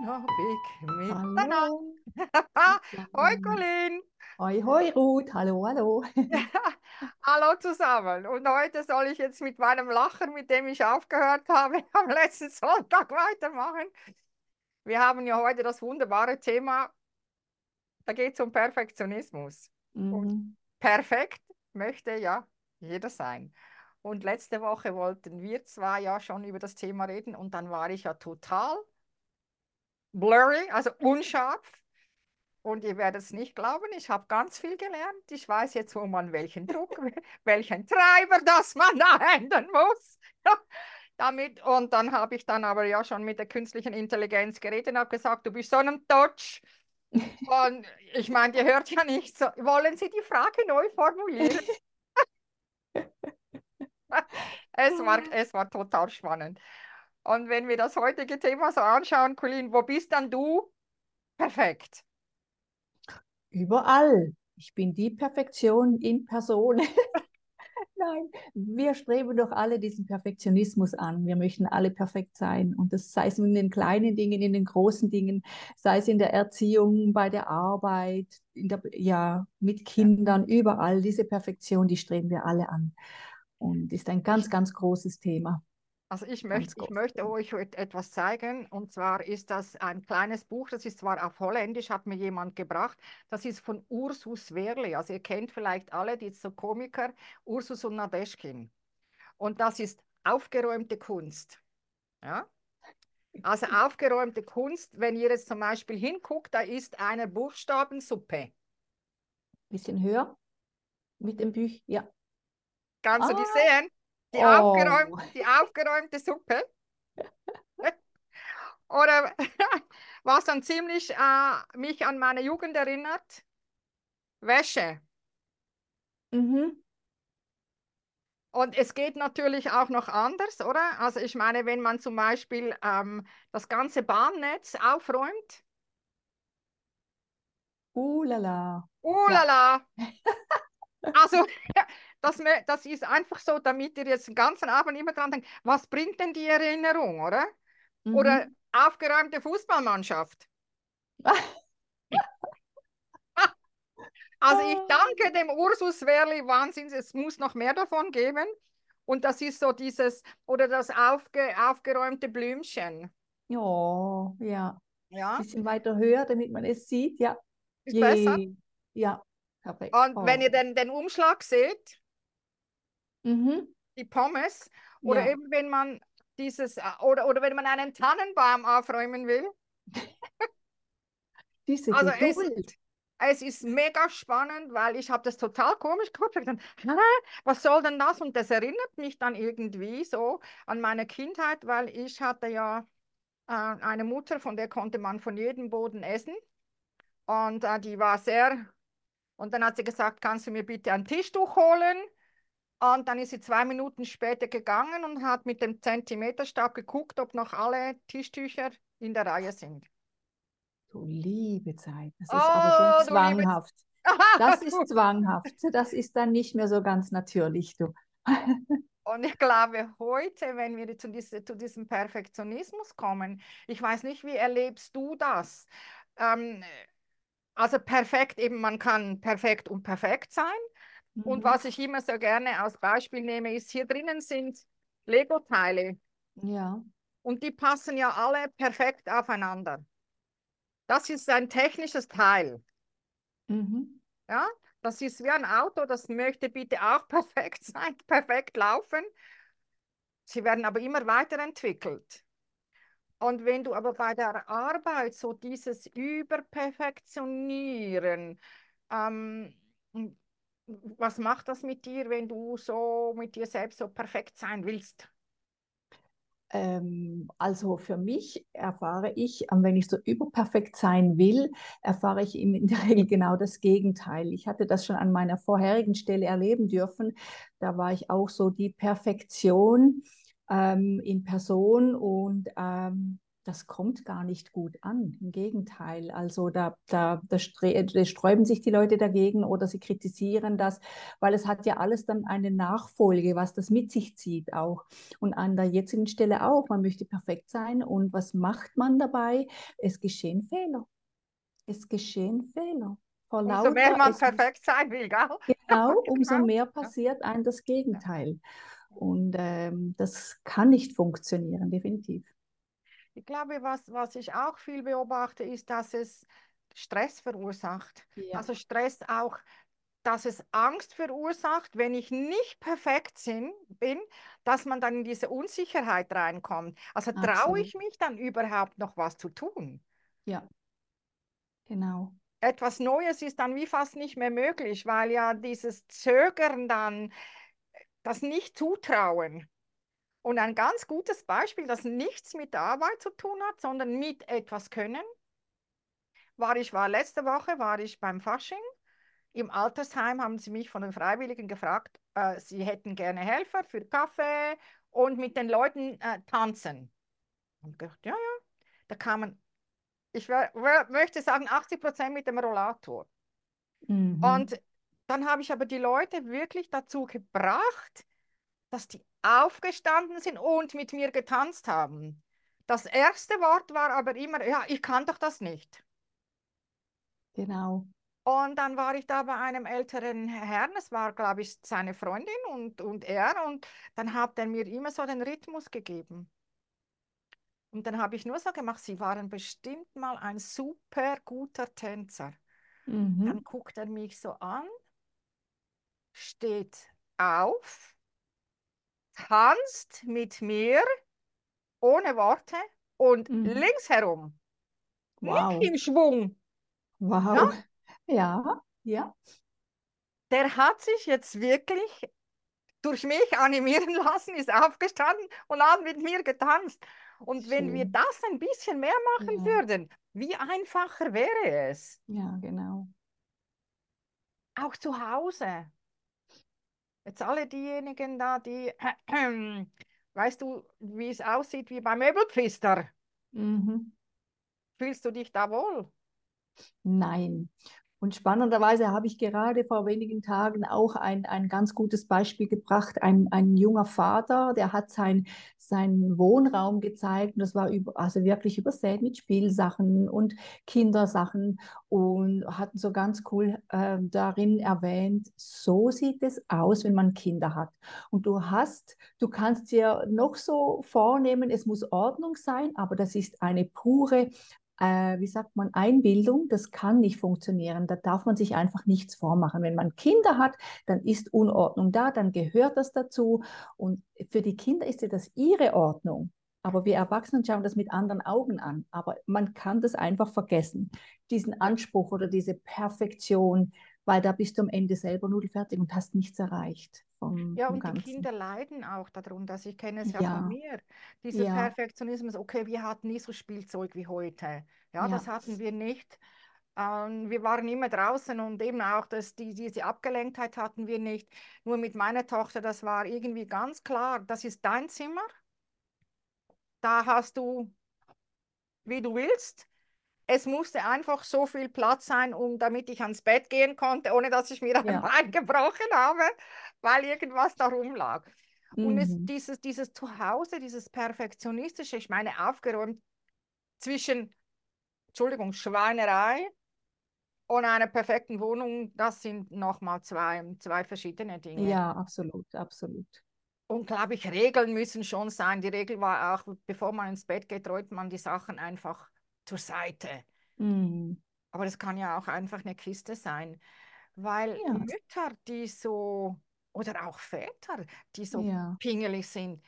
noch big miteinander. Hallo, Hoi zusammen. Colin. Hoi, hoi, Ruth. Hallo, hallo. Hallo zusammen. Und heute soll ich jetzt mit meinem Lacher, mit dem ich aufgehört habe, am letzten Sonntag weitermachen. Wir haben ja heute das wunderbare Thema, da geht es um Perfektionismus. Und Mhm. perfekt möchte ja jeder sein. Und letzte Woche wollten wir zwei ja schon über das Thema reden und dann war ich ja total blurry, also unscharf. Und ihr werdet es nicht glauben, ich habe ganz viel gelernt. Ich weiß jetzt, wo man welchen Druck, welchen Treiber, das man da ändern muss. Damit, und dann habe ich dann aber ja schon mit der künstlichen Intelligenz geredet und habe gesagt, du bist so ein Touch. Und ich meine, ihr hört ja nicht so. Wollen Sie die Frage neu formulieren? Es war total spannend. Und wenn wir das heutige Thema so anschauen, Colin, wo bist dann du? Perfekt. Überall. Ich bin die Perfektion in Person. Nein, wir streben doch alle diesen Perfektionismus an. Wir möchten alle perfekt sein. Und das sei es in den kleinen Dingen, in den großen Dingen, sei es in der Erziehung, bei der Arbeit, ja, mit Ja. Kindern, überall. Diese Perfektion, die streben wir alle an. Und ist ein Ich, ganz, ganz großes Thema. Also Ganz ich großes möchte Thema. euch etwas zeigen. Und zwar ist das ein kleines Buch, das ist zwar auf Holländisch, hat mir jemand gebracht. Das ist von Ursus Werli. Also ihr kennt vielleicht alle, die so Komiker, Ursus und Nadeschkin. Und das ist aufgeräumte Kunst. Ja? Also aufgeräumte Kunst, wenn ihr jetzt zum Beispiel hinguckt, da ist eine Buchstabensuppe. Bisschen höher mit dem Büch. Ja. Kannst du die Ah, sehen? oh. Die aufgeräumte Suppe. Oder was dann ziemlich mich an meine Jugend erinnert, Wäsche. Mhm. Und es geht natürlich auch noch anders, oder? Also ich meine, wenn man zum Beispiel das ganze Bahnnetz aufräumt, La la. Ja. la. Also das ist einfach so, damit ihr jetzt den ganzen Abend immer dran denkt, was bringt denn die Erinnerung, oder? Oder Mhm. aufgeräumte Fußballmannschaft. Also ich danke dem Ursus Werli, Wahnsinn, es muss noch mehr davon geben. Und das ist so dieses, oder das aufgeräumte Blümchen. Ja, ja. Ja, Bisschen weiter höher, damit man es sieht. Ja. ist besser. Je. Ja, perfekt. Und wenn Oh. ihr den Umschlag seht, Mhm. die Pommes, oder Ja. eben wenn man dieses, oder wenn man einen Tannenbaum aufräumen will. Diese Also Geduld. es ist mega spannend, weil ich habe das total komisch geguckt. Ich dachte, hä, was soll denn das? Und das erinnert mich dann irgendwie so an meine Kindheit, weil ich hatte ja eine Mutter, von der konnte man von jedem Boden essen. Und die war sehr, und dann hat sie gesagt, kannst du mir bitte ein Tischtuch holen? Und dann ist sie 2 Minuten später gegangen und hat mit dem Zentimeterstab geguckt, ob noch alle Tischtücher in der Reihe sind. Du liebe Zeit. Das ist aber schon Oh, du liebe zwanghaft. Das ist du. zwanghaft. Das ist dann nicht mehr so ganz natürlich, du. Und ich glaube, heute, wenn wir zu diesem Perfektionismus kommen, ich weiß nicht, wie erlebst du das? Ähm, also perfekt, eben man kann perfekt und perfekt sein. Und Mhm. was ich immer so gerne als Beispiel nehme, ist, hier drinnen sind Lego-Teile Ja. und die passen ja alle perfekt aufeinander. Das ist ein technisches Teil. Mhm. Ja? Das ist wie ein Auto, das möchte bitte auch perfekt sein, perfekt laufen. Sie werden aber immer weiterentwickelt. Und wenn du aber bei der Arbeit so dieses Überperfektionieren, ähm, was macht das mit dir, wenn du so mit dir selbst so perfekt sein willst? Also für mich erfahre ich, wenn ich so überperfekt sein will, erfahre ich in der Regel genau das Gegenteil. Ich hatte das schon an meiner vorherigen Stelle erleben dürfen. Da war ich auch so die Perfektion in Person und das kommt gar nicht gut an. Im Gegenteil. Also da sträuben sich die Leute dagegen oder sie kritisieren das, weil es hat ja alles dann eine Nachfolge, was das mit sich zieht auch. Und an der jetzigen Stelle auch. Man möchte perfekt sein. Und was macht man dabei? Es geschehen Fehler. Es geschehen Fehler. Vor Umso mehr lauter, man es muss perfekt sein will, gell? genau, umso Genau. mehr Ja. passiert einem das Ja. Gegenteil. Und das kann nicht funktionieren, definitiv. Ich glaube, was ich auch viel beobachte, ist, dass es Stress verursacht. Ja, Also Stress auch, dass es Angst verursacht, wenn ich nicht perfekt bin, dass man dann in diese Unsicherheit reinkommt. Also traue absolut. ich mich dann überhaupt noch was zu tun? Ja, genau. Etwas Neues ist dann wie fast nicht mehr möglich, weil ja dieses Zögern dann, das Nicht-Zutrauen. Und ein ganz gutes Beispiel, das nichts mit der Arbeit zu tun hat, sondern mit etwas können, letzte Woche war ich beim Fasching. Im Altersheim haben sie mich von den Freiwilligen gefragt, sie hätten gerne Helfer für Kaffee und mit den Leuten tanzen. Und ich dachte, ja, ja, da kamen, möchte sagen, 80% mit dem Rollator. Mhm. Und dann habe ich aber die Leute wirklich dazu gebracht, dass die aufgestanden sind und mit mir getanzt haben. Das erste Wort war aber immer, ja, ich kann doch das nicht. Genau. Und dann war ich da bei einem älteren Herrn, es war, glaube ich, seine Freundin und er, und dann hat er mir immer so den Rhythmus gegeben. Und dann habe ich nur so gemacht, sie waren bestimmt mal ein super guter Tänzer. Dann Mhm. guckt er mich so an, steht auf, tanzt mit mir ohne Worte und Mhm. links herum, nicht Wow. im Schwung. Ja, Wow. Ja, ja. der hat sich jetzt wirklich durch mich animieren lassen, ist aufgestanden und hat mit mir getanzt. Und wenn wir Schön. das ein bisschen mehr machen Ja, würden, wie einfacher wäre es? ja, genau. Auch zu Hause. Jetzt alle diejenigen da, die, weißt du, wie es aussieht wie beim Möbelpfister. Mhm. Fühlst du dich da wohl? Nein. Und spannenderweise habe ich gerade vor wenigen Tagen auch ein ganz gutes Beispiel gebracht. Ein junger Vater, der hat seinen Wohnraum gezeigt und das war also wirklich übersät mit Spielsachen und Kindersachen und hat so ganz cool darin erwähnt, so sieht es aus, wenn man Kinder hat. Und du kannst dir noch so vornehmen, es muss Ordnung sein, aber das ist eine pure wie sagt man, Einbildung, das kann nicht funktionieren. Da darf man sich einfach nichts vormachen. Wenn man Kinder hat, dann ist Unordnung da, dann gehört das dazu. Und für die Kinder ist ja das ihre Ordnung. Aber wir Erwachsenen schauen das mit anderen Augen an. Aber man kann das einfach vergessen, diesen Ja. Anspruch oder diese Perfektion, weil da bist du am Ende selber nudelfertig und hast nichts erreicht Ja, vom und die Ganzen. Kinder leiden auch darunter. Also ich kenne es ja von Ja, mir. Dieser ja, Perfektionismus, okay, wir hatten nie so Spielzeug wie heute. Ja, das ja, hatten wir nicht. Wir waren immer draußen und eben auch diese Abgelenktheit hatten wir nicht. Nur mit meiner Tochter, das war irgendwie ganz klar, das ist dein Zimmer, da hast du, wie du willst. Es musste einfach so viel Platz sein, damit ich ans Bett gehen konnte, ohne dass ich mir ein ja. Bein gebrochen habe, weil irgendwas da rumlag. Und Mhm. dieses Zuhause, dieses Perfektionistische, ich meine, aufgeräumt zwischen, Entschuldigung, Schweinerei und einer perfekten Wohnung, das sind nochmal zwei verschiedene Dinge. Ja, absolut, absolut. Und glaube ich, Regeln müssen schon sein. Die Regel war auch, bevor man ins Bett geht, räumt man die Sachen einfach zur Seite. Mhm. Aber das kann ja auch einfach eine Kiste sein, weil Ja, Mütter, die so, oder auch Väter, die so ja. pingelig sind,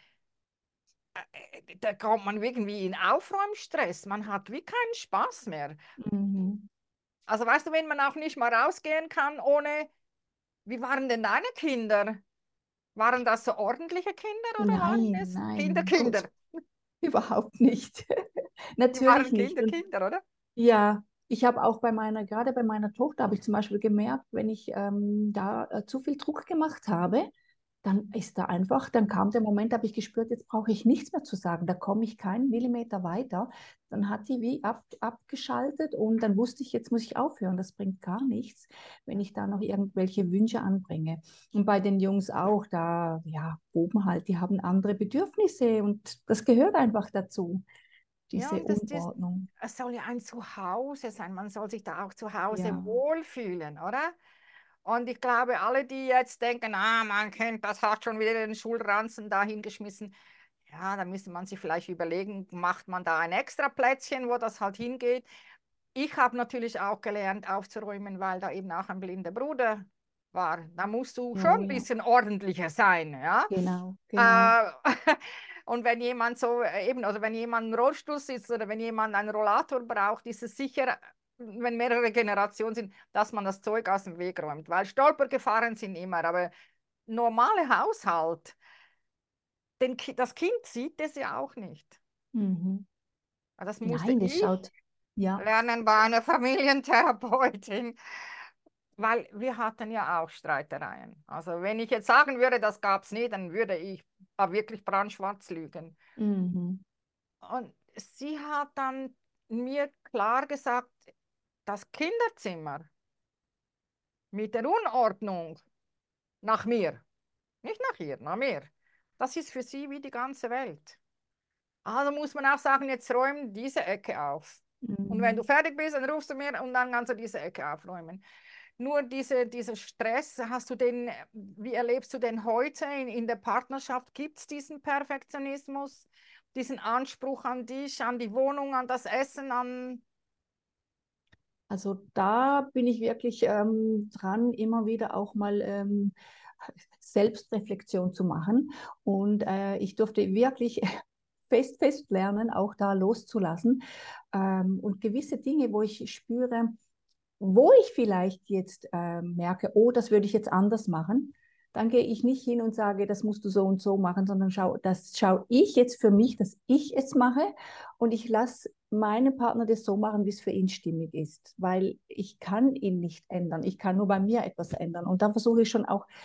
da kommt man irgendwie in Aufräumstress. Man hat wie keinen Spaß mehr. Mhm. Also weißt du, wenn man auch nicht mal rausgehen kann ohne, wie waren denn deine Kinder? Waren das so ordentliche Kinder oder waren Nein, es nein, Kinderkinder? Gott, überhaupt nicht. Die Natürlich waren nicht. Und Kinderkinder, oder? ja, ich habe auch gerade bei meiner Tochter habe ich zum Beispiel gemerkt, wenn ich da zu viel Druck gemacht habe, dann ist da einfach, dann kam der Moment, da habe ich gespürt, jetzt brauche ich nichts mehr zu sagen, da komme ich keinen Millimeter weiter. Dann hat die wie abgeschaltet und dann wusste ich, jetzt muss ich aufhören, das bringt gar nichts, wenn ich da noch irgendwelche Wünsche anbringe. Und bei den Jungs auch, da, ja, oben halt, die haben andere Bedürfnisse und das gehört einfach dazu, Ja, diese und Unordnung. es soll ja ein Zuhause sein. Man soll sich da auch zu Hause Ja, wohlfühlen, oder? Und ich glaube, alle, die jetzt denken, ah, mein Kind, das hat schon wieder den Schulranzen dahin geschmissen, ja, da müsste man sich vielleicht überlegen, macht man da ein extra Plätzchen, wo das halt hingeht. Ich habe natürlich auch gelernt aufzuräumen, weil da eben auch ein blinder Bruder war. Da musst du schon oh ein ja, bisschen ordentlicher sein, ja. genau, genau. Äh, und wenn jemand so eben, oder wenn jemand im Rollstuhl sitzt oder wenn jemand einen Rollator braucht, ist es sicher, wenn mehrere Generationen sind, dass man das Zeug aus dem Weg räumt, weil Stolpergefahren sind immer, aber normale Haushalt, das Kind sieht es ja auch nicht. Mhm. Das musste Nein, das ich schaut, ja. lernen bei einer Familientherapeutin, weil wir hatten ja auch Streitereien. Also wenn ich jetzt sagen würde, das gab es nie, dann würde ich wirklich brandschwarz lügen. Mhm. Und sie hat dann mir klar gesagt, das Kinderzimmer mit der Unordnung nach mir, nicht nach ihr, nach mir, das ist für sie wie die ganze Welt. Also muss man auch sagen, jetzt räumen diese Ecke auf. Und wenn du Mhm. fertig bist, dann rufst du mir und dann kannst du diese Ecke aufräumen. Nur dieser Stress, wie erlebst du den heute in der Partnerschaft? Gibt es diesen Perfektionismus, diesen Anspruch an dich, an die Wohnung, an das Essen, an... Also da bin ich wirklich dran, immer wieder auch mal Selbstreflexion zu machen. Und ich durfte wirklich fest lernen, auch da loszulassen. Und gewisse Dinge, wo ich spüre, wo ich vielleicht jetzt merke, oh, das würde ich jetzt anders machen, dann gehe ich nicht hin und sage, das musst du so und so machen, sondern das schaue ich jetzt für mich, dass ich es mache und ich lasse meinen Partner das so machen, wie es für ihn stimmig ist, weil ich kann ihn nicht ändern. Ich kann nur bei mir etwas ändern. Und dann versuche ich schon auch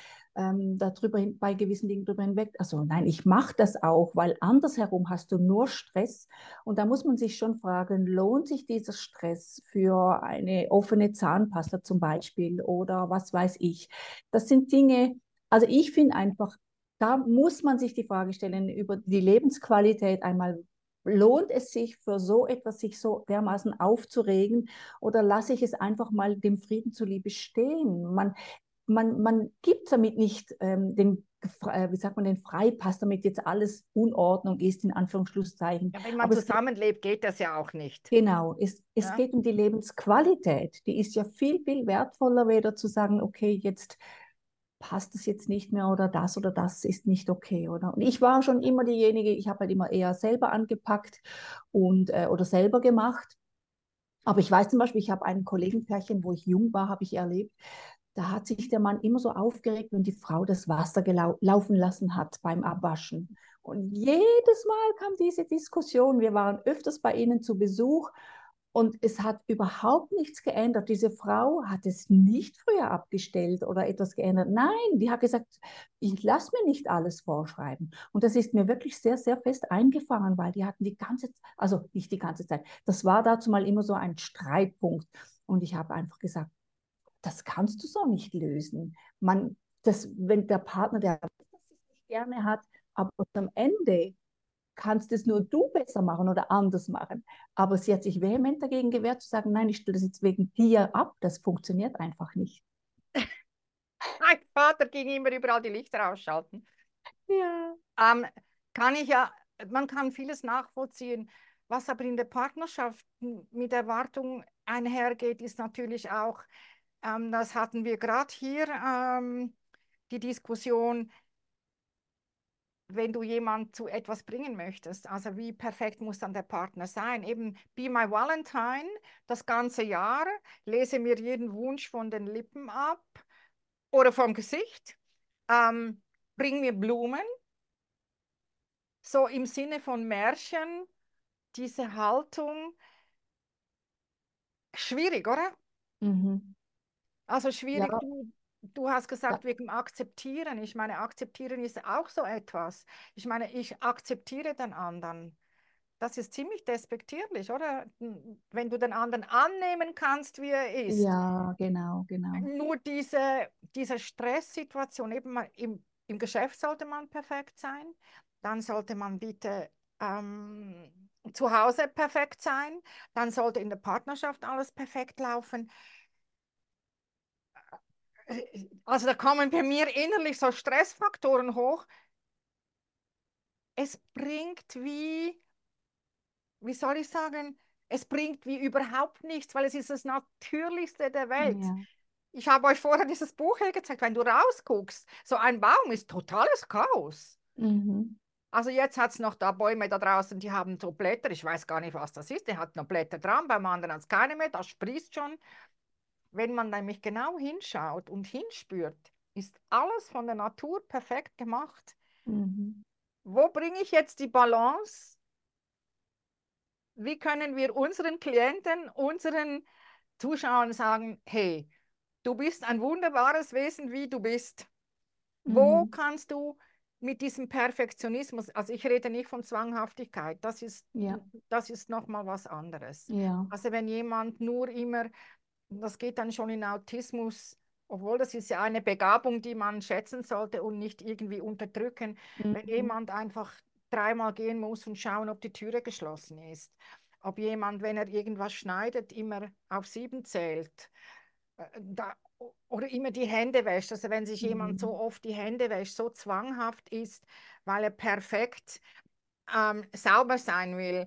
bei gewissen Dingen drüber hinweg. Also nein, ich mache das auch, weil andersherum hast du nur Stress. Und da muss man sich schon fragen, lohnt sich dieser Stress für eine offene Zahnpasta zum Beispiel oder was weiß ich. Das sind Dinge, also ich finde einfach, da muss man sich die Frage stellen über die Lebensqualität einmal. Lohnt es sich für so etwas, sich so dermaßen aufzuregen oder lasse ich es einfach mal dem Frieden zuliebe stehen? Man gibt damit nicht wie sagt man, den Freipass, damit jetzt alles Unordnung ist, in Anführungsschlusszeichen. Ja, wenn man Aber es geht, zusammenlebt, geht das ja auch nicht. genau, es Ja? geht um die Lebensqualität. Die ist ja viel wertvoller, weder zu sagen, okay, jetzt passt es jetzt nicht mehr oder das ist nicht okay, oder? Und ich war schon immer diejenige, ich habe halt immer eher selber angepackt und oder selber gemacht. Aber ich weiß zum Beispiel, ich habe ein Kollegenpärchen, wo ich jung war, habe ich erlebt, da hat sich der Mann immer so aufgeregt, wenn die Frau das Wasser laufen lassen hat beim Abwaschen. Und jedes Mal kam diese Diskussion. Wir waren öfters bei ihnen zu Besuch und es hat überhaupt nichts geändert. Diese Frau hat es nicht früher abgestellt oder etwas geändert. Nein, die hat gesagt, ich lasse mir nicht alles vorschreiben. Und das ist mir wirklich sehr fest eingefangen, weil die hatten die ganze Zeit, also nicht die ganze Zeit, das war dazu mal immer so ein Streitpunkt. Und ich habe einfach gesagt, das kannst du so nicht lösen. Wenn der Partner, der das nicht gerne hat, aber am Ende kannst es nur du besser machen oder anders machen. Aber sie hat sich vehement dagegen gewehrt, zu sagen, nein, ich stelle das jetzt wegen dir ab. Das funktioniert einfach nicht. Mein Vater ging immer überall die Lichter ausschalten. Ja. Ähm, kann ich ja, man kann vieles nachvollziehen. Was aber in der Partnerschaft mit Erwartung einhergeht, ist natürlich auch, das hatten wir gerade hier, die Diskussion, wenn du jemand zu etwas bringen möchtest. Also wie perfekt muss dann der Partner sein? Eben Be My Valentine das ganze Jahr, lese mir jeden Wunsch von den Lippen ab oder vom Gesicht, ähm, bring mir Blumen, so im Sinne von Märchen, diese Haltung, schwierig, oder? Mhm. Also Ja, schwierig, du. du hast Da, gesagt, wegen Akzeptieren. Ich meine, akzeptieren ist auch so etwas. Ich meine, ich akzeptiere den anderen. Das ist ziemlich despektierlich, oder? Wenn du den anderen annehmen kannst, wie er ist. ja, genau, genau. Nur diese Stresssituation, eben mal im Geschäft sollte man perfekt sein, dann sollte man bitte zu Hause perfekt sein, dann sollte in der Partnerschaft alles perfekt laufen. Also da kommen bei mir innerlich so Stressfaktoren hoch. Es bringt wie soll ich sagen, es bringt wie überhaupt nichts, weil es ist das Natürlichste der Welt. Ja. Ich habe euch vorher dieses Buch hier gezeigt. Wenn du rausguckst, so ein Baum ist totales Chaos. Mhm. Also jetzt hat es noch da Bäume da draußen, die haben so Blätter. Ich weiß gar nicht, was das ist. Der hat noch Blätter dran, beim anderen hat es keine mehr. Das sprießt schon. Wenn man nämlich genau hinschaut und hinspürt, ist alles von der Natur perfekt gemacht. Mhm. Wo bringe ich jetzt die Balance? Wie können wir unseren Klienten, unseren Zuschauern sagen, hey, du bist ein wunderbares Wesen, wie du bist. Wo Mhm. kannst du mit diesem Perfektionismus, also ich rede nicht von Zwanghaftigkeit, Ja, das ist nochmal was anderes. ja. Also wenn jemand nur immer, das geht dann schon in Autismus, obwohl das ist ja eine Begabung, die man schätzen sollte und nicht irgendwie unterdrücken, wenn Mhm. jemand einfach dreimal gehen muss und schauen, ob die Türe geschlossen ist. Ob jemand, wenn er irgendwas schneidet, immer auf 7 zählt. Da, oder immer die Hände wäscht. Also wenn sich jemand so Mhm. oft die Hände wäscht, so zwanghaft ist, weil er perfekt sauber sein will,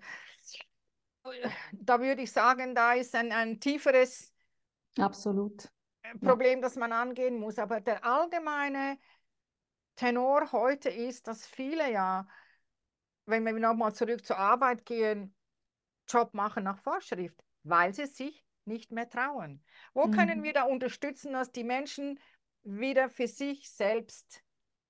da würde ich sagen, da ist ein tieferes Absolut. Ja. Problem, das man angehen muss. Aber der allgemeine Tenor heute ist, dass viele ja, wenn wir nochmal zurück zur Arbeit gehen, Job machen nach Vorschrift, weil sie sich nicht mehr trauen. Wo können wir Mhm. da unterstützen, dass die Menschen wieder für sich selbst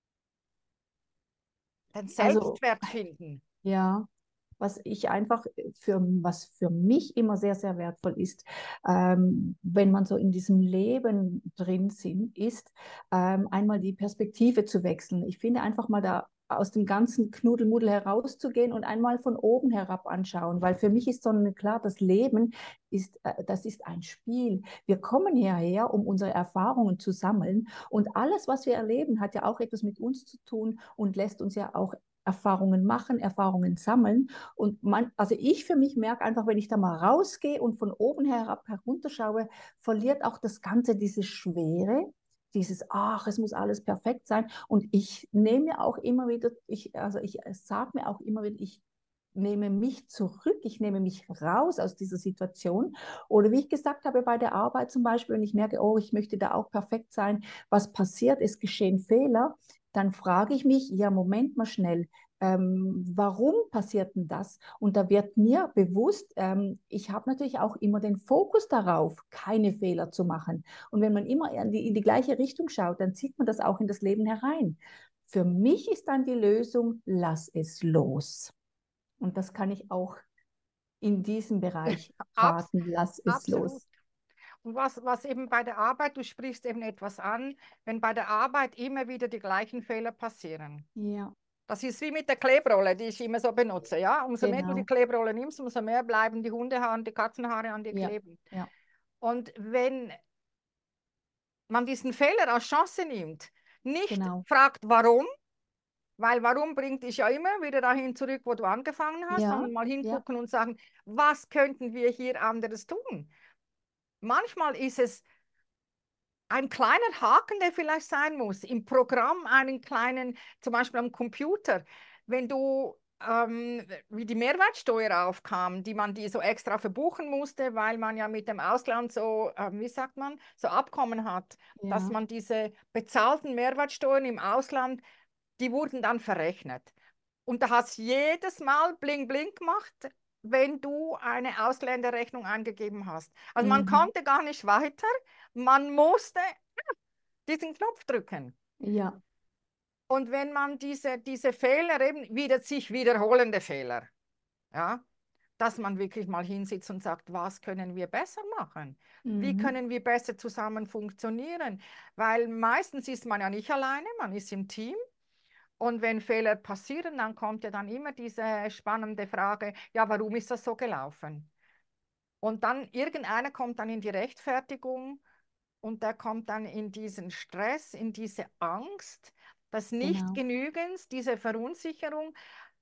den Also, Selbstwert finden? ja, was ich einfach was für mich immer sehr, sehr wertvoll ist, wenn man so in diesem Leben drin ist, einmal die Perspektive zu wechseln. Ich finde einfach mal da aus dem ganzen Knudelmuddel herauszugehen und einmal von oben herab anschauen, weil für mich ist so klar, das Leben das ist ein Spiel. Wir kommen hierher, um unsere Erfahrungen zu sammeln und alles, was wir erleben, hat ja auch etwas mit uns zu tun und lässt uns ja auch Erfahrungen machen, Erfahrungen sammeln. Und also ich für mich merke einfach, wenn ich da mal rausgehe und von oben herab herunterschaue, verliert auch das Ganze diese Schwere, dieses, ach, es muss alles perfekt sein. Und ich nehme mir auch immer wieder, also ich sage mir auch immer wieder, ich nehme mich zurück, ich nehme mich raus aus dieser Situation. Oder wie ich gesagt habe, bei der Arbeit zum Beispiel, wenn ich merke, oh, ich möchte da auch perfekt sein, was passiert, es geschehen Fehler, dann frage ich mich, ja, Moment mal schnell, warum passiert denn das? Und da wird mir bewusst, ich habe natürlich auch immer den Fokus darauf, keine Fehler zu machen. Und wenn man immer in die gleiche Richtung schaut, dann zieht man das auch in das Leben herein. Für mich ist dann die Lösung, lass es los. Und das kann ich auch in diesem Bereich Abs raten, lass es absolut. los. Und was eben bei der Arbeit, du sprichst eben etwas an, wenn bei der Arbeit immer wieder die gleichen Fehler passieren. Ja, Das ist wie mit der Klebrolle, die ich immer so benutze. Ja? Umso mehr du die genau. Klebrolle nimmst, umso mehr bleiben die Hundehaare, die Katzenhaare an dir Ja, kleben. ja. Und wenn man diesen Fehler als Chance nimmt, nicht Genau. fragt, warum, weil warum bringt dich ja immer wieder dahin zurück, wo du angefangen hast, Ja, sondern mal ja. hingucken und sagen, was könnten wir hier anderes tun? Manchmal ist es ein kleiner Haken, der vielleicht sein muss, im Programm einen kleinen, zum Beispiel am Computer, wenn du, wie die Mehrwertsteuer aufkam, die so extra verbuchen musste, weil man ja mit dem Ausland so, wie sagt man, so Abkommen hat, dass Ja. man diese bezahlten Mehrwertsteuern im Ausland, die wurden dann verrechnet. Und da hat es jedes Mal bling bling gemacht, wenn du eine Ausländerrechnung eingegeben hast. Also man Mhm. konnte gar nicht weiter, man musste diesen Knopf drücken. Ja. Und wenn man diese Fehler eben wieder sich wiederholende Fehler, ja, dass man wirklich mal hinsitzt und sagt, was können wir besser machen? Wie Mhm. können wir besser zusammen funktionieren? Weil meistens ist man ja nicht alleine, man ist im Team. Und wenn Fehler passieren, dann kommt ja dann immer diese spannende Frage, ja, warum ist das so gelaufen? Und dann irgendeiner kommt dann in die Rechtfertigung und der kommt dann in diesen Stress, in diese Angst, das Genau. Nichtgenügens, diese Verunsicherung.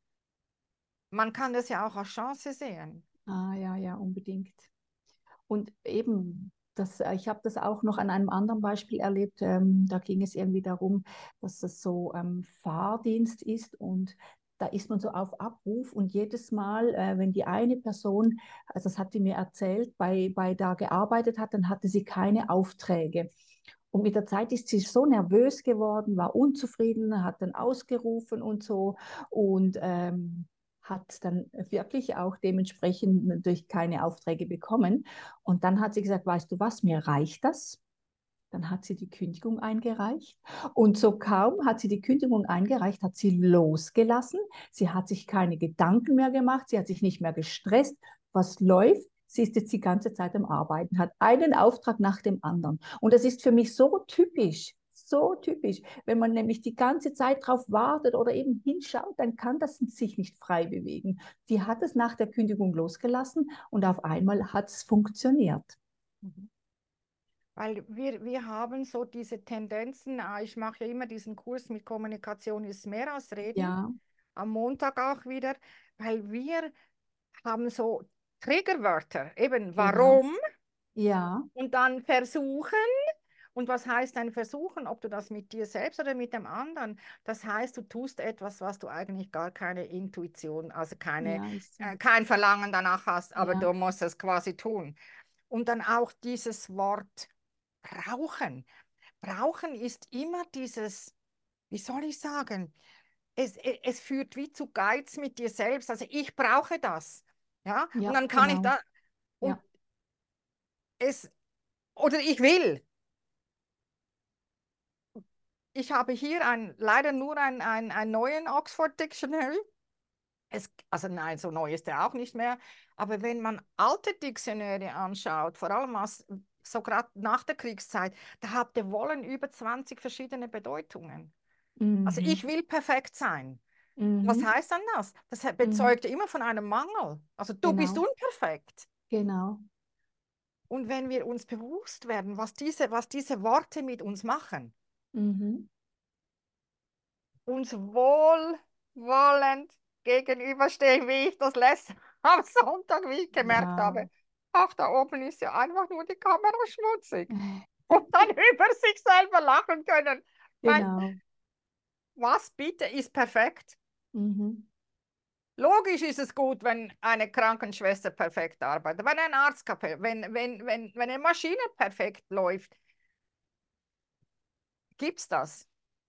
Man kann das ja auch als Chance sehen. Ah, ja, ja, unbedingt. Und eben, ich habe das auch noch an einem anderen Beispiel erlebt. Da ging es irgendwie darum, dass es so Fahrdienst ist und da ist man so auf Abruf und jedes Mal, wenn die eine Person, also das hat die mir erzählt, bei da gearbeitet hat, dann hatte sie keine Aufträge. Und mit der Zeit ist sie so nervös geworden, war unzufrieden, hat dann ausgerufen und so und hat dann wirklich auch dementsprechend natürlich keine Aufträge bekommen. Und dann hat sie gesagt, weißt du was, mir reicht das. Dann hat sie die Kündigung eingereicht. Und so kaum hat sie die Kündigung eingereicht, hat sie losgelassen. Sie hat sich keine Gedanken mehr gemacht. Sie hat sich nicht mehr gestresst. Was läuft? Sie ist jetzt die ganze Zeit am Arbeiten, hat einen Auftrag nach dem anderen. Und das ist für mich so typisch. So typisch. Wenn man nämlich die ganze Zeit drauf wartet oder eben hinschaut, dann kann das sich nicht frei bewegen. Die hat es nach der Kündigung losgelassen und auf einmal hat es funktioniert. Mhm. Weil wir haben so diese Tendenzen, ich mache ja immer diesen Kurs mit Kommunikation ist mehr als Reden, Ja, am Montag auch wieder, weil wir haben so Triggerwörter, eben genau. warum Ja, und dann versuchen. Und was heißt ein Versuchen, ob du das mit dir selbst oder mit dem anderen? Das heißt, du tust etwas, was du eigentlich gar keine Intuition, also ja, ist so. kein Verlangen danach hast, aber Ja, du musst es quasi tun. Und dann auch dieses Wort brauchen. Brauchen ist immer dieses, wie soll ich sagen, es führt wie zu Geiz mit dir selbst. Also ich brauche das. Ja, und ja, dann kann ich genau. da, und Ja. es, oder ich will. Ich habe hier leider nur ein neuen Oxford Dictionary. Also nein, so neu ist er auch nicht mehr. Aber wenn man alte Diktionäre anschaut, vor allem so gerade nach der Kriegszeit, da hatte wollen über 20 verschiedene Bedeutungen. Also ich Mhm. will perfekt sein. Was Mhm. heißt dann das? Das Mhm. bezeugt ja immer von einem Mangel. Also du bist Genau, unperfekt. genau. Und wenn wir uns bewusst werden, was diese Worte mit uns machen, Mhm. uns wohlwollend gegenüberstehen, wie ich das letzte am Sonntag, wie ich gemerkt Ja. habe, ach, da oben ist ja einfach nur die Kamera schmutzig. Und dann über sich selber lachen können. Mein, Genau. was bitte ist perfekt? Mhm. Logisch ist es gut, wenn eine Krankenschwester perfekt arbeitet, wenn ein Arzt, wenn eine Maschine perfekt läuft. Gibt's das?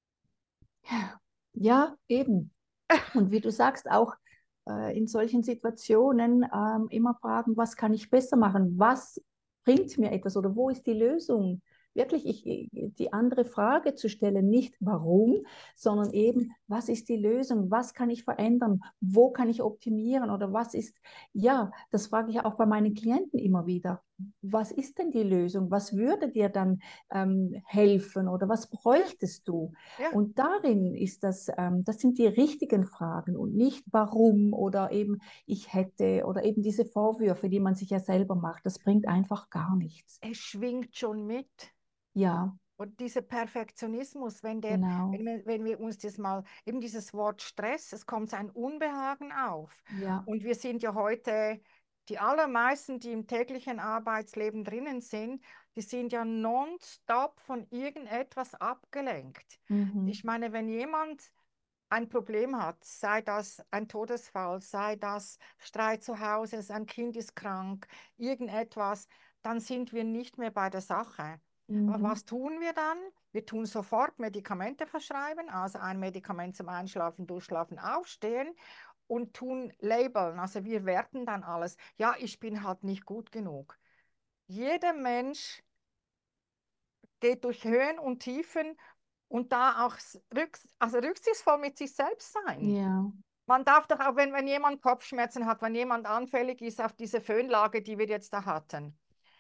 Ja, eben. Und wie du sagst, auch in solchen Situationen immer fragen, was kann ich besser machen? Was bringt mir etwas oder wo ist die Lösung? Wirklich die andere Frage zu stellen, nicht warum, sondern eben, was ist die Lösung? Was kann ich verändern? Wo kann ich optimieren? Oder was ist, ja, das frage ich auch bei meinen Klienten immer wieder. Was ist denn die Lösung? Was würde dir dann helfen oder was Ja, bräuchtest du? ja. Und darin ist das sind die richtigen Fragen und nicht warum oder eben ich hätte oder eben diese Vorwürfe, die man sich ja selber macht. Das bringt einfach gar nichts. Es schwingt schon mit. Ja, Und dieser Perfektionismus, genau. wenn wir uns das mal, eben dieses Wort Stress, es kommt so ein Unbehagen auf. Ja. Und wir sind ja heute, die allermeisten, die im täglichen Arbeitsleben drinnen sind, die sind ja nonstop von irgendetwas abgelenkt. Mhm. Ich meine, wenn jemand ein Problem hat, sei das ein Todesfall, sei das Streit zu Hause, ein Kind ist krank, irgendetwas, dann sind wir nicht mehr bei der Sache. Aber Mhm. was tun wir dann? Wir tun sofort Medikamente verschreiben, also ein Medikament zum Einschlafen, Durchschlafen, Aufstehen und tun Labeln. Also wir werten dann alles. Ja, ich bin halt nicht gut genug. Jeder Mensch geht durch Höhen und Tiefen und da auch also rücksichtsvoll mit sich selbst sein. Ja. Man darf doch auch, wenn jemand Kopfschmerzen hat, wenn jemand anfällig ist auf diese Föhnlage, die wir jetzt da hatten,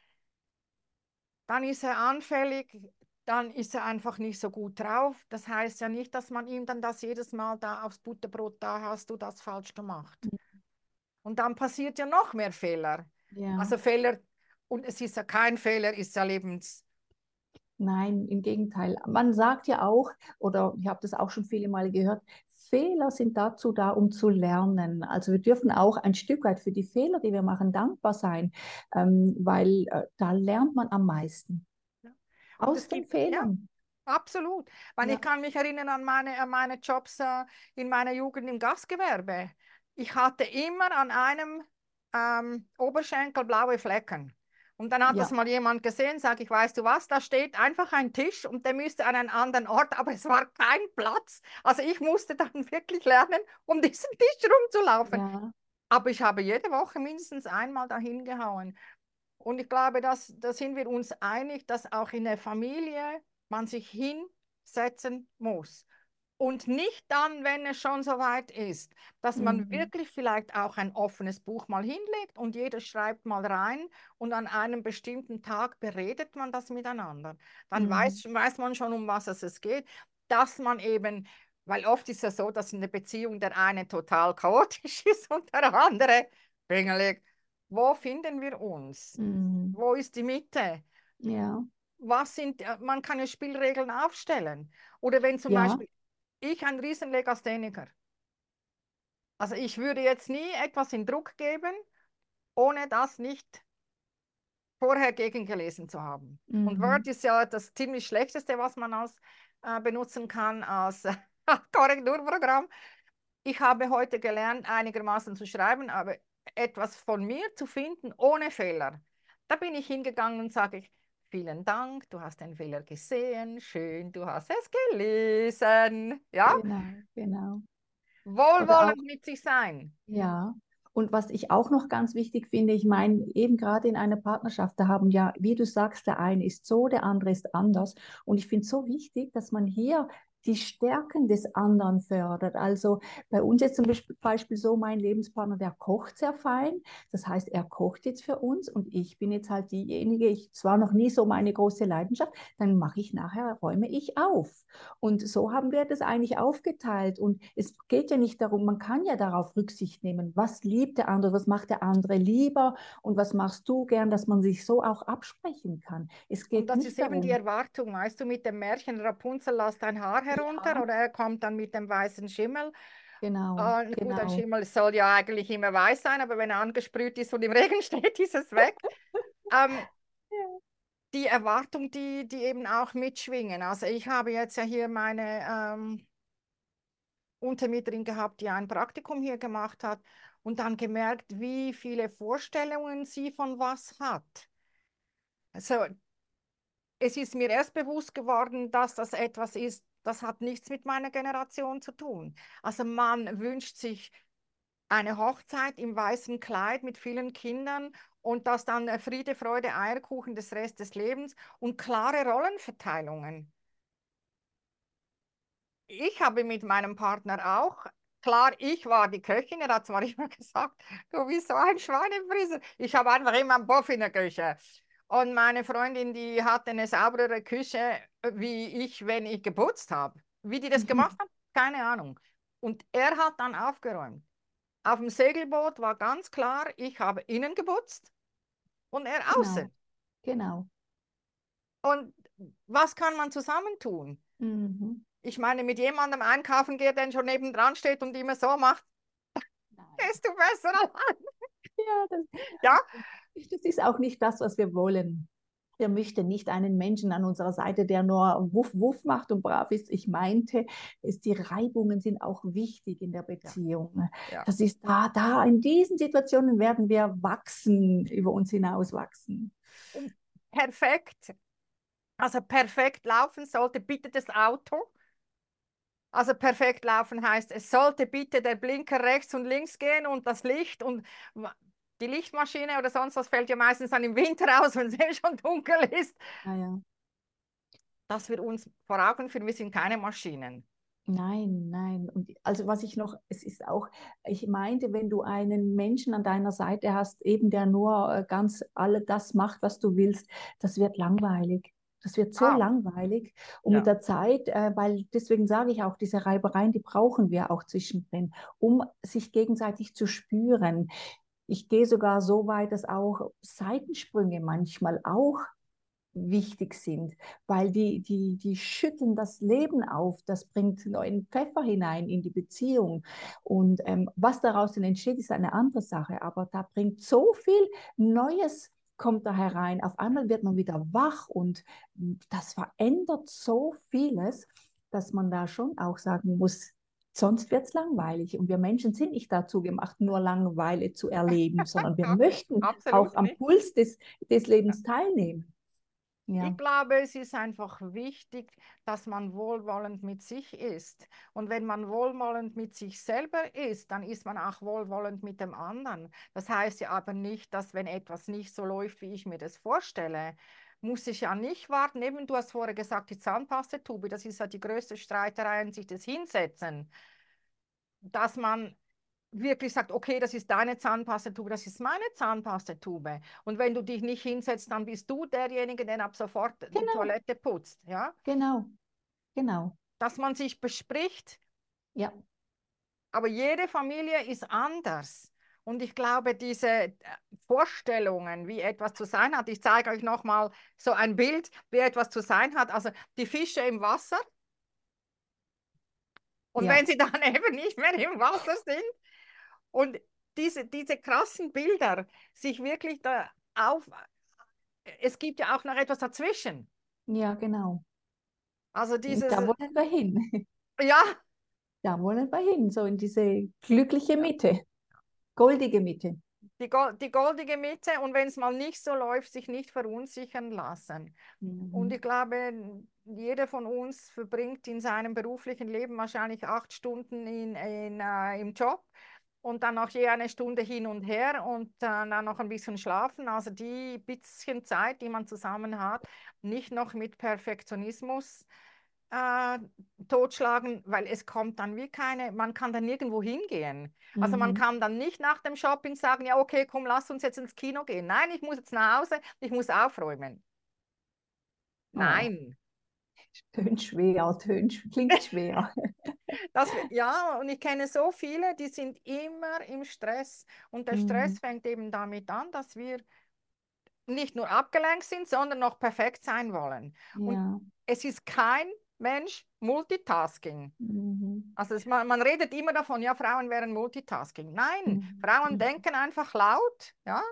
dann ist er anfällig, dann ist er einfach nicht so gut drauf. Das heißt ja nicht, dass man ihm dann das jedes Mal da aufs Butterbrot, da hast du das falsch gemacht. Und dann passiert ja noch mehr Fehler. Ja, Also Fehler, und es ist ja kein Fehler, ist ja lebens. nein, im Gegenteil. Man sagt ja auch, oder ich habe das auch schon viele Male gehört, Fehler sind dazu da, um zu lernen. Also wir dürfen auch ein Stück weit für die Fehler, die wir machen, dankbar sein, weil da lernt man am meisten. Ja. Und Aus es den gibt, ja, Fehlern. absolut. Weil ich Ja, kann mich erinnern an meine Jobs in meiner Jugend im Gastgewerbe. Ich hatte immer an einem Oberschenkel blaue Flecken. Und dann hat das ja, mal jemand gesehen, sage ich, weißt du was, da steht einfach ein Tisch und der müsste an einen anderen Ort, aber es war kein Platz. Also ich musste dann wirklich lernen, um diesen Tisch rumzulaufen. ja. Aber ich habe jede Woche mindestens einmal dahin gehauen. Und ich glaube, da sind wir uns einig, dass auch in der Familie man sich hinsetzen muss. Und nicht dann, wenn es schon so weit ist, dass man Mhm. wirklich vielleicht auch ein offenes Buch mal hinlegt und jeder schreibt mal rein und an einem bestimmten Tag beredet man das miteinander. Dann Mhm. weiß man schon, um was es geht, dass man eben, weil oft ist es so, dass in der Beziehung der eine total chaotisch ist und der andere pingelig. Wo finden wir uns? Mhm. Wo ist die Mitte? Ja, Man kann ja Spielregeln aufstellen. Oder wenn zum ja, Beispiel ich ein Riesenlegastheniker, also ich würde jetzt nie etwas in Druck geben, ohne das nicht vorher gegengelesen zu haben. Und mhm. Word ist ja das ziemlich schlechteste, was man benutzen kann als Korrekturprogramm. Ich habe heute gelernt, einigermaßen zu schreiben, aber etwas von mir zu finden ohne Fehler. Da bin ich hingegangen und sage ich, vielen Dank, du hast den Fehler gesehen, schön, du hast es gelesen. Ja, Genau, genau. Oder auch wohlwollend mit sich sein. ja, und was ich auch noch ganz wichtig finde, ich meine, eben gerade in einer Partnerschaft, da haben ja, wie du sagst, der eine ist so, der andere ist anders. Und ich finde es so wichtig, dass man hier die Stärken des anderen fördert. Also bei uns jetzt zum Beispiel so, mein Lebenspartner, der kocht sehr fein. Das heißt, er kocht jetzt für uns und ich bin jetzt halt diejenige, ich zwar noch nie so meine große Leidenschaft, dann mache ich nachher, räume ich auf. Und so haben wir das eigentlich aufgeteilt. Und es geht ja nicht darum, man kann ja darauf Rücksicht nehmen, was liebt der andere, was macht der andere lieber und was machst du gern, dass man sich so auch absprechen kann. Es Und geht das ist nicht eben die darum, Erwartung, weißt du, mit dem Märchen Rapunzel lass dein Haar herunter ja, oder er kommt dann mit dem weißen Schimmel. genau, Gut, ein genau. Schimmel soll ja eigentlich immer weiß sein, aber wenn er angesprüht ist und im Regen steht, ist es weg. Ähm, Ja. die Erwartung, die eben auch mitschwingen. Also ich habe jetzt ja hier meine Untermieterin gehabt, die ein Praktikum hier gemacht hat und dann gemerkt, wie viele Vorstellungen sie von was hat. Also es ist mir erst bewusst geworden, dass das etwas ist, das hat nichts mit meiner Generation zu tun. Also man wünscht sich eine Hochzeit im weißen Kleid mit vielen Kindern und das dann Friede, Freude, Eierkuchen des Rest des Lebens und klare Rollenverteilungen. Ich habe mit meinem Partner auch, klar, ich war die Köchin, er hat zwar immer gesagt, du bist so ein Schweinefrisser. Ich habe einfach immer einen Boff in der Küche. Und meine Freundin, die hatte eine sauberere Küche, wie ich, wenn ich geputzt habe. Wie die das gemacht haben, keine Ahnung. Und er hat dann aufgeräumt. Auf dem Segelboot war ganz klar, ich habe innen geputzt und er Genau, außen. genau. Und was kann man zusammentun? Mhm. Ich meine, mit jemandem einkaufen geht, der schon nebendran steht und immer so macht, Nein. gehst du besser allein. Ja, Ja, das ist auch nicht das, was wir wollen. Wir möchten nicht einen Menschen an unserer Seite, der nur Wuff, Wuff macht und brav ist. Ich meinte, die Reibungen sind auch wichtig in der ja, Beziehung. ja. Das ist da in diesen Situationen werden wir wachsen, über uns hinaus wachsen. Und perfekt, also perfekt laufen sollte bitte das Auto. Also perfekt laufen heißt, es sollte bitte der Blinker rechts und links gehen und das Licht und die Lichtmaschine oder sonst was fällt ja meistens dann im Winter aus, wenn es eh schon dunkel ist. Ja, ja. Dass wir uns vor Augen führen, wir sind keine Maschinen. Nein, nein. Und also was ich noch, es ist auch, ich meinte, wenn du einen Menschen an deiner Seite hast, eben der nur ganz alle das macht, was du willst, das wird langweilig. Das wird so Ah, langweilig. Und mit ja. der Zeit, weil deswegen sage ich auch, diese Reibereien, die brauchen wir auch zwischendrin, um sich gegenseitig zu spüren. Ich gehe sogar so weit, dass auch Seitensprünge manchmal auch wichtig sind, weil die schütteln das Leben auf, das bringt neuen Pfeffer hinein in die Beziehung. Und was daraus dann entsteht, ist eine andere Sache, aber da bringt so viel Neues, kommt da herein. Auf einmal wird man wieder wach und das verändert so vieles, dass man da schon auch sagen muss, sonst wird es langweilig. Und wir Menschen sind nicht dazu gemacht, nur Langeweile zu erleben, sondern wir möchten auch Absolut am nicht. Puls des Lebens teilnehmen. Ich Ja, glaube, es ist einfach wichtig, dass man wohlwollend mit sich ist. Und wenn man wohlwollend mit sich selber ist, dann ist man auch wohlwollend mit dem anderen. Das heißt ja aber nicht, dass wenn etwas nicht so läuft, wie ich mir das vorstelle, muss ich ja nicht warten. Eben, du hast vorher gesagt, die Zahnpastatube, das ist ja die größte Streiterei an sich, das Hinsetzen, dass man wirklich sagt, okay, das ist deine Zahnpastatube, das ist meine Zahnpastatube. Und wenn du dich nicht hinsetzt, dann bist du derjenige, der ab sofort die genau, Toilette putzt. Ja? genau, genau. Dass man sich bespricht, Ja, aber jede Familie ist anders. Und ich glaube, diese Vorstellungen, wie etwas zu sein hat, ich zeige euch nochmal so ein Bild, wie etwas zu sein hat. Also die Fische im Wasser. Und wenn ja, sie dann eben nicht mehr im Wasser sind, und diese krassen Bilder, sich wirklich da auf, es gibt ja auch noch etwas dazwischen. ja, genau. Also Und dieses, da wollen wir hin. ja, Da wollen wir hin, so in diese glückliche ja, Mitte, goldige Mitte. die goldige Mitte und wenn es mal nicht so läuft, sich nicht verunsichern lassen. Und ich Mhm. glaube, jeder von uns verbringt in seinem beruflichen Leben wahrscheinlich 8 Stunden im Job und dann noch je eine Stunde hin und her und dann noch ein bisschen schlafen. Also die bisschen Zeit, die man zusammen hat, nicht noch mit Perfektionismus äh, totschlagen, weil es kommt dann wie keine, man kann dann nirgendwo hingehen. Also man Mhm. kann dann nicht nach dem Shopping sagen, ja okay, komm, lass uns jetzt ins Kino gehen. Nein, ich muss jetzt nach Hause, ich muss aufräumen. Oh, Nein. tönt schwer, klingt schwer. Ja, und ich kenne so viele, die sind immer im Stress. Und der Stress Mhm. fängt eben damit an, dass wir nicht nur abgelenkt sind, sondern noch perfekt sein wollen. Und Ja. es ist kein Mensch Multitasking. Mhm. Also man redet immer davon, ja, Frauen wären Multitasking. Nein, Mhm. Frauen Mhm. denken einfach laut, ja.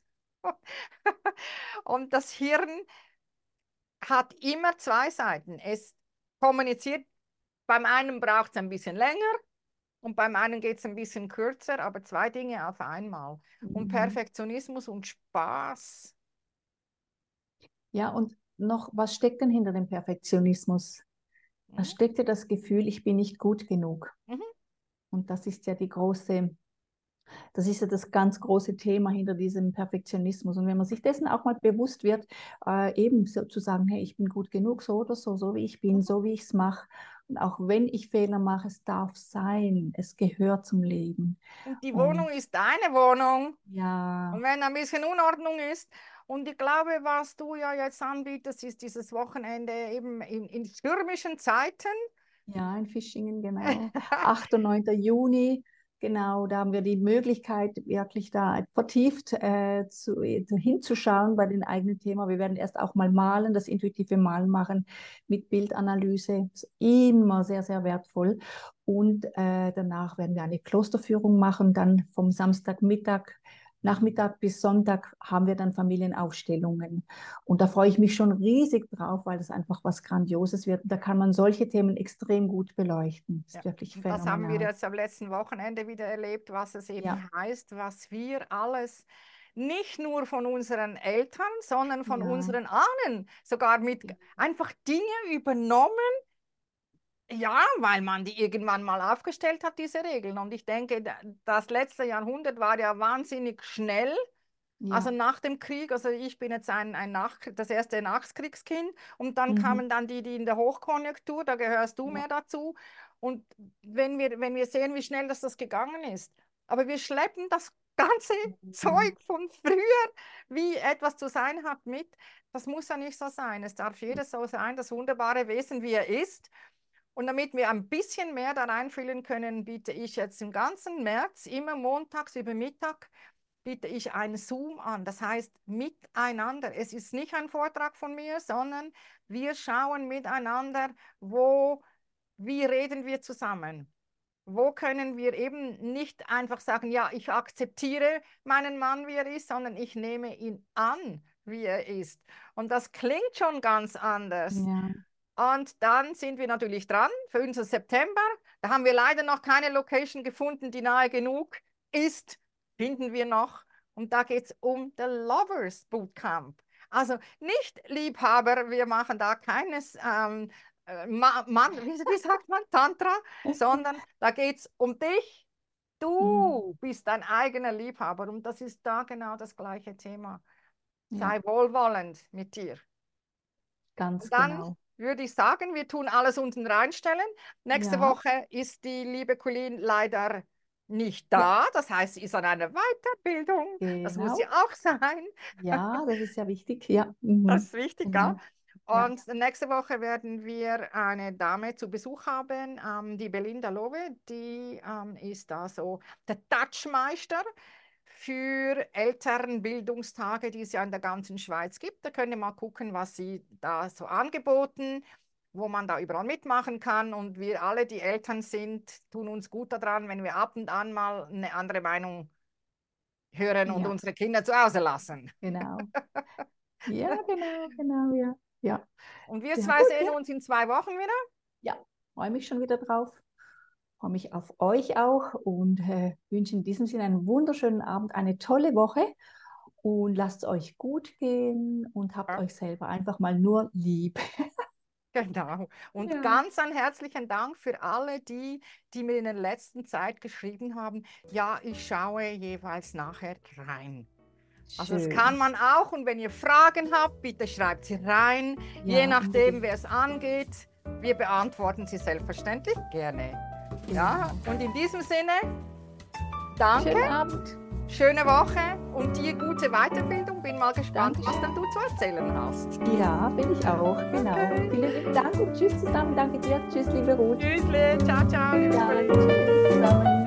Und das Hirn hat immer zwei Seiten. Es kommuniziert, beim einen braucht es ein bisschen länger und beim einen geht es ein bisschen kürzer, aber zwei Dinge auf einmal. Und Mhm. Perfektionismus und Spaß. Ja, und noch, was steckt denn hinter dem Perfektionismus? Da Mhm. steckt ja das Gefühl, ich bin nicht gut genug. Mhm. Und das ist ja das ist ja das ganz große Thema hinter diesem Perfektionismus. Und wenn man sich dessen auch mal bewusst wird, eben so zu sagen, hey, ich bin gut genug, so oder so, so wie ich bin, Mhm. so wie ich es mache. Und auch wenn ich Fehler mache, es darf sein, es gehört zum Leben. Und die Wohnung Und ist deine Wohnung. ja, Und wenn ein bisschen Unordnung ist, und ich glaube, was du ja jetzt anbietest, ist dieses Wochenende eben in stürmischen Zeiten. ja, in Fischingen, genau. 8. und 9. Juni, genau, da haben wir die Möglichkeit, wirklich da vertieft hinzuschauen bei den eigenen Themen. Wir werden erst auch mal malen, das intuitive Malen machen mit Bildanalyse. Ist immer sehr, sehr wertvoll. Und danach werden wir eine Klosterführung machen, dann vom Samstagmittag, Nachmittag bis Sonntag haben wir dann Familienaufstellungen. Und da freue ich mich schon riesig drauf, weil das einfach was Grandioses wird. Da kann man solche Themen extrem gut beleuchten. Ja, Ist wirklich und das haben wir phänomenal. jetzt am letzten Wochenende wieder erlebt, was es eben Ja, heißt, was wir alles nicht nur von unseren Eltern, sondern von ja, unseren Ahnen sogar mit einfach Dinge übernommen, ja, weil man die irgendwann mal aufgestellt hat, diese Regeln. Und ich denke, das letzte Jahrhundert war ja wahnsinnig schnell Also Ja. nach dem Krieg, also ich bin jetzt das erste Nachkriegskind und dann Mhm. kamen dann die in der Hochkonjunktur, da gehörst du Ja. mehr dazu. Und wenn wir sehen, wie schnell das gegangen ist, aber wir schleppen das ganze Mhm. Zeug von früher, wie etwas zu sein hat, mit. Das muss ja nicht so sein. Es darf jeder so sein, das wunderbare Wesen, wie er ist. Und damit wir ein bisschen mehr da reinfühlen können, biete ich jetzt im ganzen März, immer montags über Mittag, biete ich einen Zoom an. Das heißt miteinander. Es ist nicht ein Vortrag von mir, sondern wir schauen miteinander, wie reden wir zusammen. Wo können wir eben nicht einfach sagen, ja, ich akzeptiere meinen Mann, wie er ist, sondern ich nehme ihn an, wie er ist. Und das klingt schon ganz anders. Ja. Und dann sind wir natürlich dran für unser September. Da haben wir leider noch keine Location gefunden, die nahe genug ist. Finden wir noch. Und da geht es um the Lovers Bootcamp. Also nicht Liebhaber, wir machen da keines wie sagt man, Tantra, sondern da geht es um dich. Mhm. Du bist dein eigener Liebhaber und das ist da genau das gleiche Thema. Ja, Sei wohlwollend mit dir. Und ganz dann genau. würde ich sagen, wir tun alles unten reinstellen. Nächste Ja, Woche ist die liebe Colleen leider nicht ja, da. Das heißt, sie ist an einer Weiterbildung. Das muss sie genau. auch sein. Ja, das ist ja wichtig. Ja, Das mhm. ist wichtig, gell? Genau. Ja, Und nächste Woche werden wir eine Dame zu Besuch haben, die Belinda Lowe. Die ist da so der Touchmeister für Elternbildungstage, die es ja in der ganzen Schweiz gibt. Da könnt ihr mal gucken, was sie da so angeboten, wo man da überall mitmachen kann. Und wir alle, die Eltern sind, tun uns gut daran, wenn wir ab und an mal eine andere Meinung hören und ja, unsere Kinder zu Hause lassen. genau. Ja, genau, genau, ja. Ja, Und wir ja, zwei gut, sehen ja. uns in 2 Wochen wieder. Ja, freue mich schon wieder drauf. Freue mich auf euch auch und wünsche in diesem Sinne einen wunderschönen Abend, eine tolle Woche und lasst es euch gut gehen und habt Ja, euch selber einfach mal nur lieb. genau. Und Ja, ganz einen herzlichen Dank für alle die mir in der letzten Zeit geschrieben haben. Ja, ich schaue jeweils nachher rein. Also das kann schön. man auch. Und wenn ihr Fragen habt, bitte schreibt sie rein. Je Ja, nachdem, unbedingt. wer es angeht, wir beantworten sie selbstverständlich gerne. Ja, Genau. und in diesem Sinne, danke, Schönen Abend. schöne Woche und dir gute Weiterbildung. Bin mal gespannt, was dann Dankeschön. du zu erzählen hast. Ja, bin ich auch. Genau. Okay. Vielen lieben Dank und tschüss zusammen. Danke dir. Tschüss, liebe Ruth. Tschüss, ciao, ciao, Bis liebe dann. Kollegen. Tschüss zusammen.